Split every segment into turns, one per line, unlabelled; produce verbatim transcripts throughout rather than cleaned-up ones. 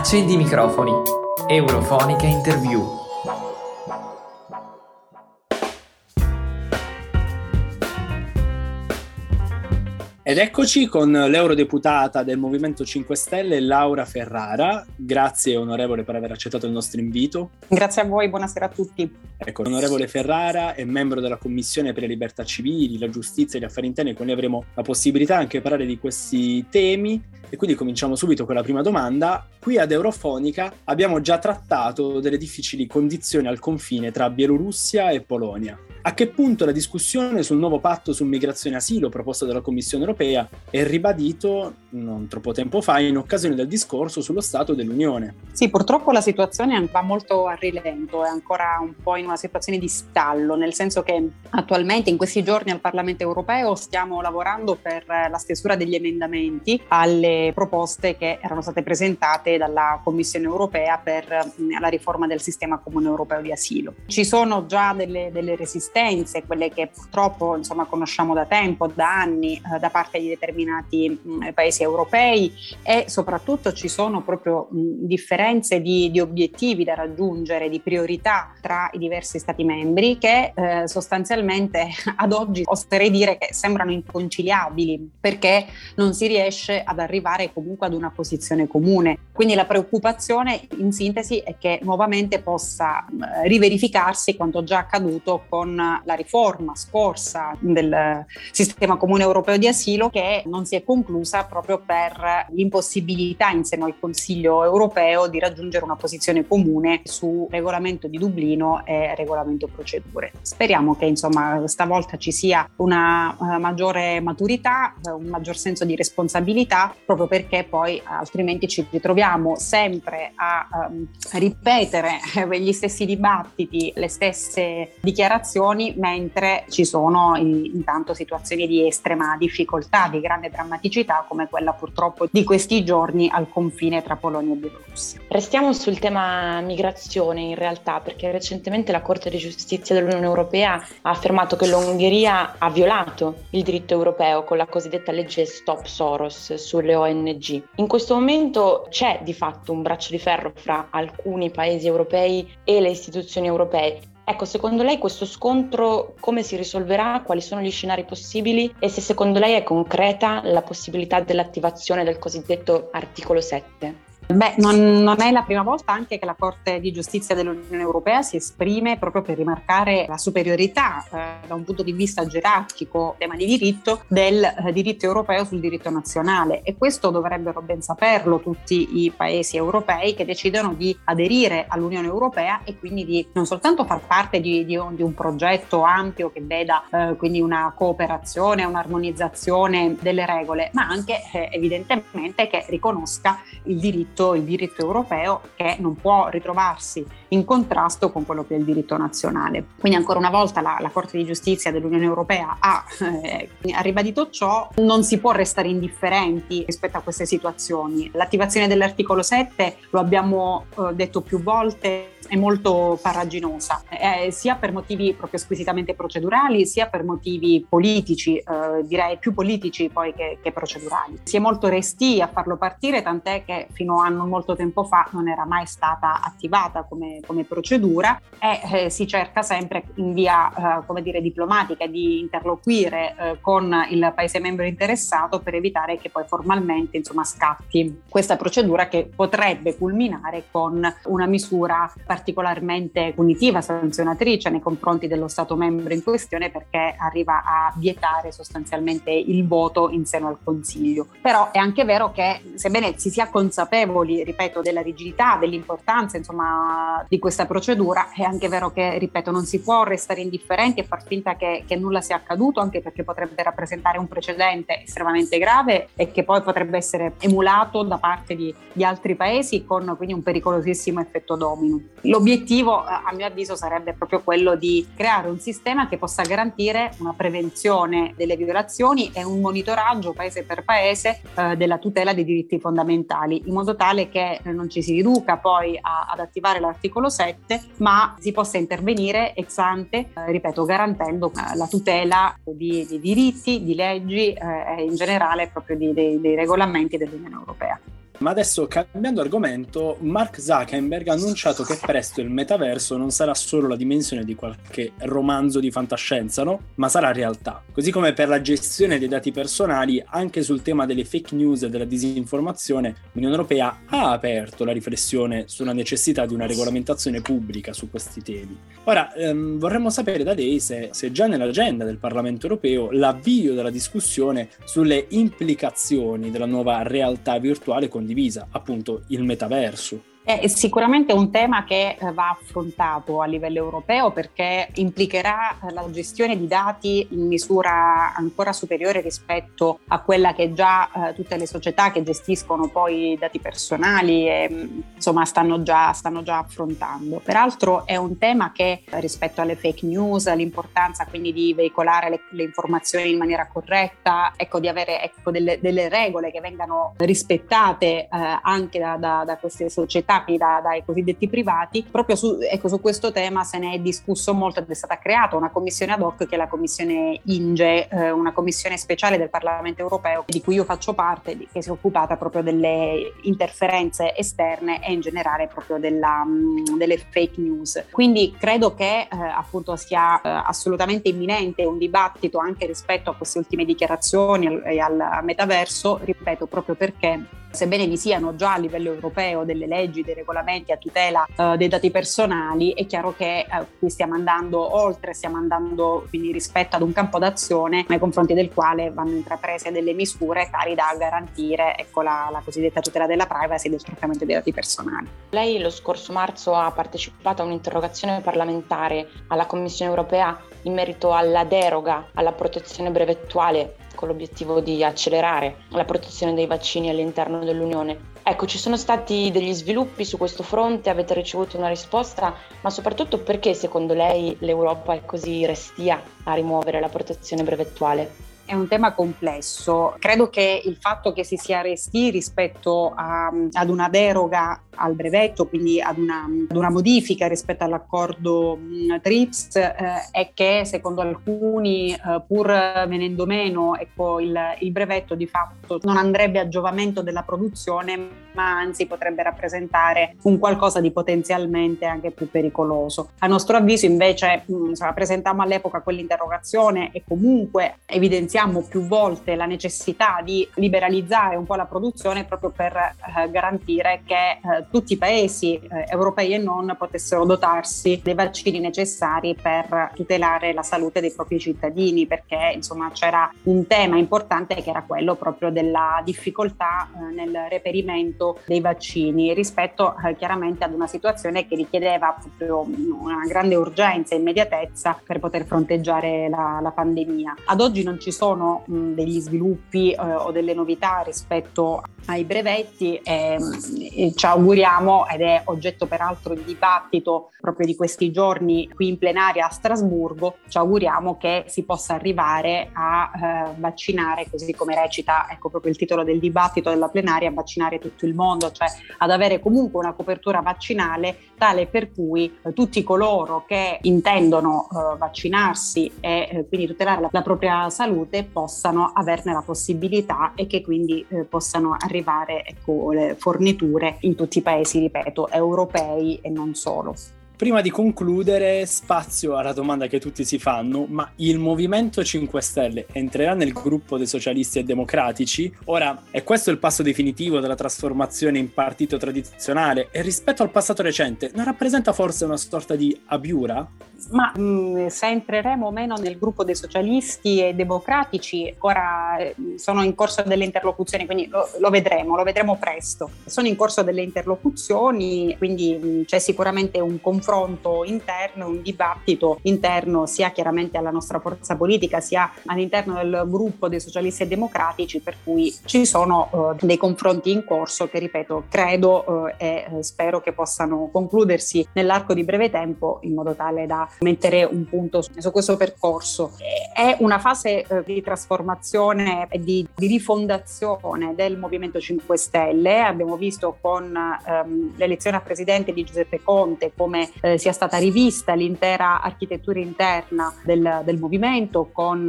Accendi i microfoni. Eurofonica Interview.
Ed eccoci con l'eurodeputata del Movimento cinque Stelle, Laura Ferrara. Grazie onorevole per aver accettato il nostro invito.
Grazie a voi, buonasera a tutti.
Ecco, l'onorevole Ferrara è membro della Commissione per le Libertà Civili, la Giustizia e gli Affari Interni, quindi avremo la possibilità anche di parlare di questi temi. E quindi cominciamo subito con la prima domanda. Qui ad Eurofonica abbiamo già trattato delle difficili condizioni al confine tra Bielorussia e Polonia. A che punto la discussione sul nuovo patto su migrazione e asilo proposto dalla Commissione europea è ribadito non troppo tempo fa in occasione del discorso sullo Stato dell'Unione?
Sì, purtroppo la situazione va molto a rilento, è ancora un po' in una situazione di stallo, nel senso che attualmente in questi giorni al Parlamento europeo stiamo lavorando per la stesura degli emendamenti alle proposte che erano state presentate dalla Commissione europea per la riforma del sistema comune europeo di asilo. Ci sono già delle, delle resistenze, quelle che purtroppo insomma conosciamo da tempo, da anni, eh, da parte di determinati mh, paesi europei, e soprattutto ci sono proprio mh, differenze di, di obiettivi da raggiungere, di priorità tra i diversi stati membri che eh, sostanzialmente ad oggi oserei dire che sembrano inconciliabili, perché non si riesce ad arrivare comunque ad una posizione comune. Quindi la preoccupazione in sintesi è che nuovamente possa eh, riverificarsi quanto già accaduto con la riforma scorsa del sistema comune europeo di asilo, che non si è conclusa proprio per l'impossibilità in seno al Consiglio europeo di raggiungere una posizione comune su regolamento di Dublino e regolamento procedure. Speriamo che insomma stavolta ci sia una uh, maggiore maturità, uh, un maggior senso di responsabilità, proprio perché poi altrimenti ci ritroviamo sempre a um, ripetere gli stessi dibattiti, le stesse dichiarazioni, mentre ci sono intanto situazioni di estrema difficoltà, di grande drammaticità, come quella purtroppo di questi giorni al confine tra Polonia e Bielorussia.
Restiamo sul tema migrazione in realtà, perché recentemente la Corte di Giustizia dell'Unione Europea ha affermato che l'Ungheria ha violato il diritto europeo con la cosiddetta legge Stop Soros sulle O N G. In questo momento c'è di fatto un braccio di ferro fra alcuni paesi europei e le istituzioni europee. Ecco, secondo lei questo scontro come si risolverà? Quali sono gli scenari possibili? E se secondo lei è concreta la possibilità dell'attivazione del cosiddetto articolo sette?
Beh, non, non è la prima volta anche che la Corte di Giustizia dell'Unione Europea si esprime proprio per rimarcare la superiorità eh, da un punto di vista gerarchico, tema di diritto, del eh, diritto europeo sul diritto nazionale, e questo dovrebbero ben saperlo tutti i paesi europei che decidono di aderire all'Unione Europea e quindi di non soltanto far parte di, di, un, di un progetto ampio che veda eh, quindi una cooperazione, un'armonizzazione delle regole, ma anche eh, evidentemente che riconosca il diritto il diritto europeo, che non può ritrovarsi in contrasto con quello che è il diritto nazionale. Quindi ancora una volta la, la Corte di Giustizia dell'Unione Europea ha, eh, ha ribadito ciò. Non si può restare indifferenti rispetto a queste situazioni. L'attivazione dell'articolo sette, lo abbiamo eh, detto più volte, è molto farraginosa, eh, sia per motivi proprio squisitamente procedurali, sia per motivi politici, eh, direi più politici poi che, che procedurali. Si è molto restii a farlo partire, tant'è che fino a non molto tempo fa non era mai stata attivata come, come procedura, e eh, si cerca sempre in via eh, come dire diplomatica di interloquire eh, con il paese membro interessato per evitare che poi formalmente insomma scatti questa procedura, che potrebbe culminare con una misura particolarmente punitiva, sanzionatrice nei confronti dello Stato membro in questione, perché arriva a vietare sostanzialmente il voto in seno al Consiglio. Però è anche vero che, sebbene si sia consapevoli, ripeto, della rigidità, dell'importanza insomma di questa procedura, è anche vero che, ripeto, non si può restare indifferenti e far finta che, che nulla sia accaduto, anche perché potrebbe rappresentare un precedente estremamente grave e che poi potrebbe essere emulato da parte di, di altri paesi, con quindi un pericolosissimo effetto domino. L'obiettivo, a mio avviso, sarebbe proprio quello di creare un sistema che possa garantire una prevenzione delle violazioni e un monitoraggio paese per paese eh, della tutela dei diritti fondamentali, in modo tale che non ci si riduca poi a, ad attivare l'articolo sette, ma si possa intervenire ex ante, eh, ripeto, garantendo eh, la tutela di, di diritti, di leggi eh, e in generale proprio di, dei, dei regolamenti dell'Unione Europea.
Ma adesso, cambiando argomento, Mark Zuckerberg ha annunciato che presto il metaverso non sarà solo la dimensione di qualche romanzo di fantascienza, no? Ma sarà realtà. Così come per la gestione dei dati personali, anche sul tema delle fake news e della disinformazione, l'Unione Europea ha aperto la riflessione sulla necessità di una regolamentazione pubblica su questi temi. Ora, ehm, vorremmo sapere da lei se, se già nell'agenda del Parlamento Europeo l'avvio della discussione sulle implicazioni della nuova realtà virtuale con divisa, appunto il metaverso.
È sicuramente un tema che va affrontato a livello europeo perché implicherà la gestione di dati in misura ancora superiore rispetto a quella che già eh, tutte le società che gestiscono poi i dati personali e, insomma stanno già, stanno già affrontando. Peraltro è un tema che rispetto alle fake news, l'importanza quindi di veicolare le, le informazioni in maniera corretta, ecco di avere ecco, delle, delle regole che vengano rispettate eh, anche da, da, da queste società, Da, dai cosiddetti privati. Proprio su, ecco, su questo tema se ne è discusso molto ed è stata creata una commissione ad hoc che è la commissione INGE, eh, una commissione speciale del Parlamento Europeo di cui io faccio parte, di, che si è occupata proprio delle interferenze esterne e in generale proprio della, mh, delle fake news. Quindi credo che eh, appunto sia eh, assolutamente imminente un dibattito anche rispetto a queste ultime dichiarazioni e al, al metaverso, ripeto, proprio perché sebbene vi siano già a livello europeo delle leggi, dei regolamenti a tutela uh, dei dati personali, è chiaro che uh, qui stiamo andando oltre, stiamo andando quindi rispetto ad un campo d'azione nei confronti del quale vanno intraprese delle misure tali da garantire ecco, la, la cosiddetta tutela della privacy e del trattamento dei dati personali.
Lei lo scorso marzo ha partecipato a un'interrogazione parlamentare alla Commissione europea in merito alla deroga alla protezione brevettuale con l'obiettivo di accelerare la protezione dei vaccini all'interno dell'Unione. Ecco, ci sono stati degli sviluppi su questo fronte, avete ricevuto una risposta, ma soprattutto perché secondo lei l'Europa è così restia a rimuovere la protezione brevettuale?
È un tema complesso. Credo che il fatto che si sia resti rispetto a, ad una deroga al brevetto, quindi ad una, ad una modifica rispetto all'accordo mh, TRIPS, eh, è che secondo alcuni, eh, pur venendo meno, ecco, il, il brevetto di fatto non andrebbe a giovamento della produzione, ma anzi potrebbe rappresentare un qualcosa di potenzialmente anche più pericoloso. A nostro avviso invece mh, insomma, presentammo all'epoca quell'interrogazione e comunque evidenziamo più volte la necessità di liberalizzare un po' la produzione proprio per eh, garantire che eh, tutti i paesi eh, europei e non potessero dotarsi dei vaccini necessari per tutelare la salute dei propri cittadini, perché insomma c'era un tema importante che era quello proprio della difficoltà eh, nel reperimento dei vaccini rispetto eh, chiaramente ad una situazione che richiedeva proprio una grande urgenza e immediatezza per poter fronteggiare la, la pandemia. Ad oggi non ci sono sono mh, degli sviluppi eh, o delle novità rispetto ai brevetti e, e ci auguriamo, ed è oggetto peraltro di dibattito proprio di questi giorni qui in plenaria a Strasburgo, ci auguriamo che si possa arrivare a eh, vaccinare, così come recita ecco proprio il titolo del dibattito della plenaria, vaccinare tutto il mondo, cioè ad avere comunque una copertura vaccinale tale per cui eh, tutti coloro che intendono eh, vaccinarsi e eh, quindi tutelare la, la propria salute possano averne la possibilità e che quindi eh, possano arrivare ecco, le forniture in tutti i paesi, ripeto, europei e non solo.
Prima di concludere, spazio alla domanda che tutti si fanno, ma il Movimento cinque Stelle entrerà nel gruppo dei socialisti e democratici? Ora, è questo il passo definitivo della trasformazione in partito tradizionale e rispetto al passato recente non rappresenta forse una sorta di abiura?
Ma mh, se entreremo o meno nel gruppo dei socialisti e democratici, ora eh, sono in corso delle interlocuzioni, quindi lo, lo vedremo, lo vedremo presto. Sono in corso delle interlocuzioni, quindi mh, c'è sicuramente un confronto interno, un dibattito interno sia chiaramente alla nostra forza politica, sia all'interno del gruppo dei socialisti e democratici, per cui ci sono eh, dei confronti in corso che, ripeto, credo eh, e spero che possano concludersi nell'arco di breve tempo in modo tale da mettere un punto su, su questo percorso. È una fase eh, di trasformazione e di, di rifondazione del Movimento cinque Stelle. Abbiamo visto con ehm, l'elezione a presidente di Giuseppe Conte come eh, sia stata rivista l'intera architettura interna del, del movimento, con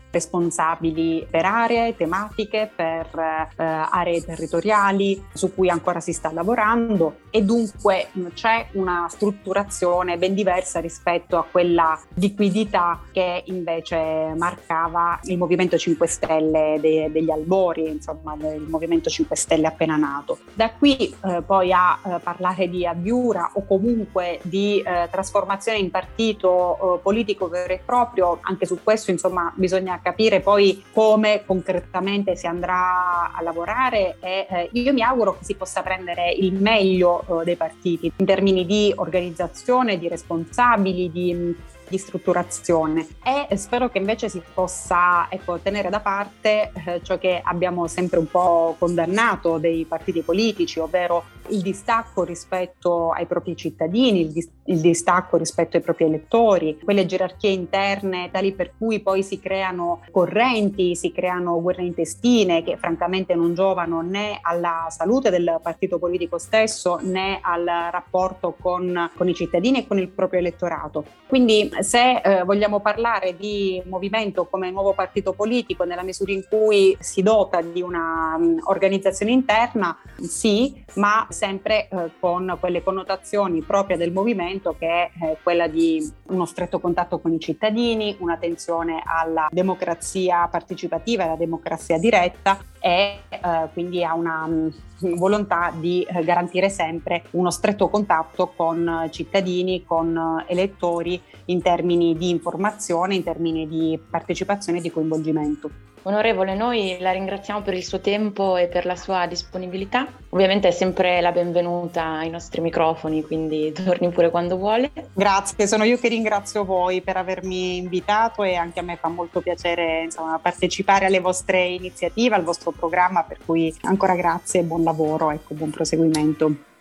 responsabili per aree, tematiche, per eh, aree territoriali su cui ancora si sta lavorando, e dunque c'è una strutturazione ben diversa rispetto a quella liquidità che invece marcava il Movimento cinque Stelle de- degli albori, insomma del Movimento cinque Stelle appena nato. Da qui eh, poi a eh, parlare di avviura o comunque di eh, trasformazione in partito eh, politico vero e proprio, anche su questo insomma bisogna capire poi come concretamente si andrà a lavorare, e eh, io mi auguro che si possa prendere il meglio eh, dei partiti in termini di organizzazione, di responsabili, di di strutturazione, e spero che invece si possa ecco, tenere da parte eh, ciò che abbiamo sempre un po' condannato dei partiti politici, ovvero il distacco rispetto ai propri cittadini, il, dis- il distacco rispetto ai propri elettori, quelle gerarchie interne tali per cui poi si creano correnti, si creano guerre intestine che francamente non giovano né alla salute del partito politico stesso né al rapporto con, con i cittadini e con il proprio elettorato. Quindi se eh, vogliamo parlare di movimento come nuovo partito politico nella misura in cui si dota di una um, organizzazione interna, sì, ma sempre eh, con quelle connotazioni proprie del movimento, che è eh, quella di uno stretto contatto con i cittadini, un'attenzione alla democrazia partecipativa, alla democrazia diretta, e eh, quindi a una um, volontà di eh, garantire sempre uno stretto contatto con cittadini, con elettori, in termini di informazione, in termini di partecipazione e di coinvolgimento.
Onorevole, noi la ringraziamo per il suo tempo e per la sua disponibilità. Ovviamente è sempre la benvenuta ai nostri microfoni, quindi torni pure quando vuole.
Grazie, sono io che ringrazio voi per avermi invitato, e anche a me fa molto piacere insomma, partecipare alle vostre iniziative, al vostro programma, per cui ancora grazie e buon lavoro, ecco, buon proseguimento.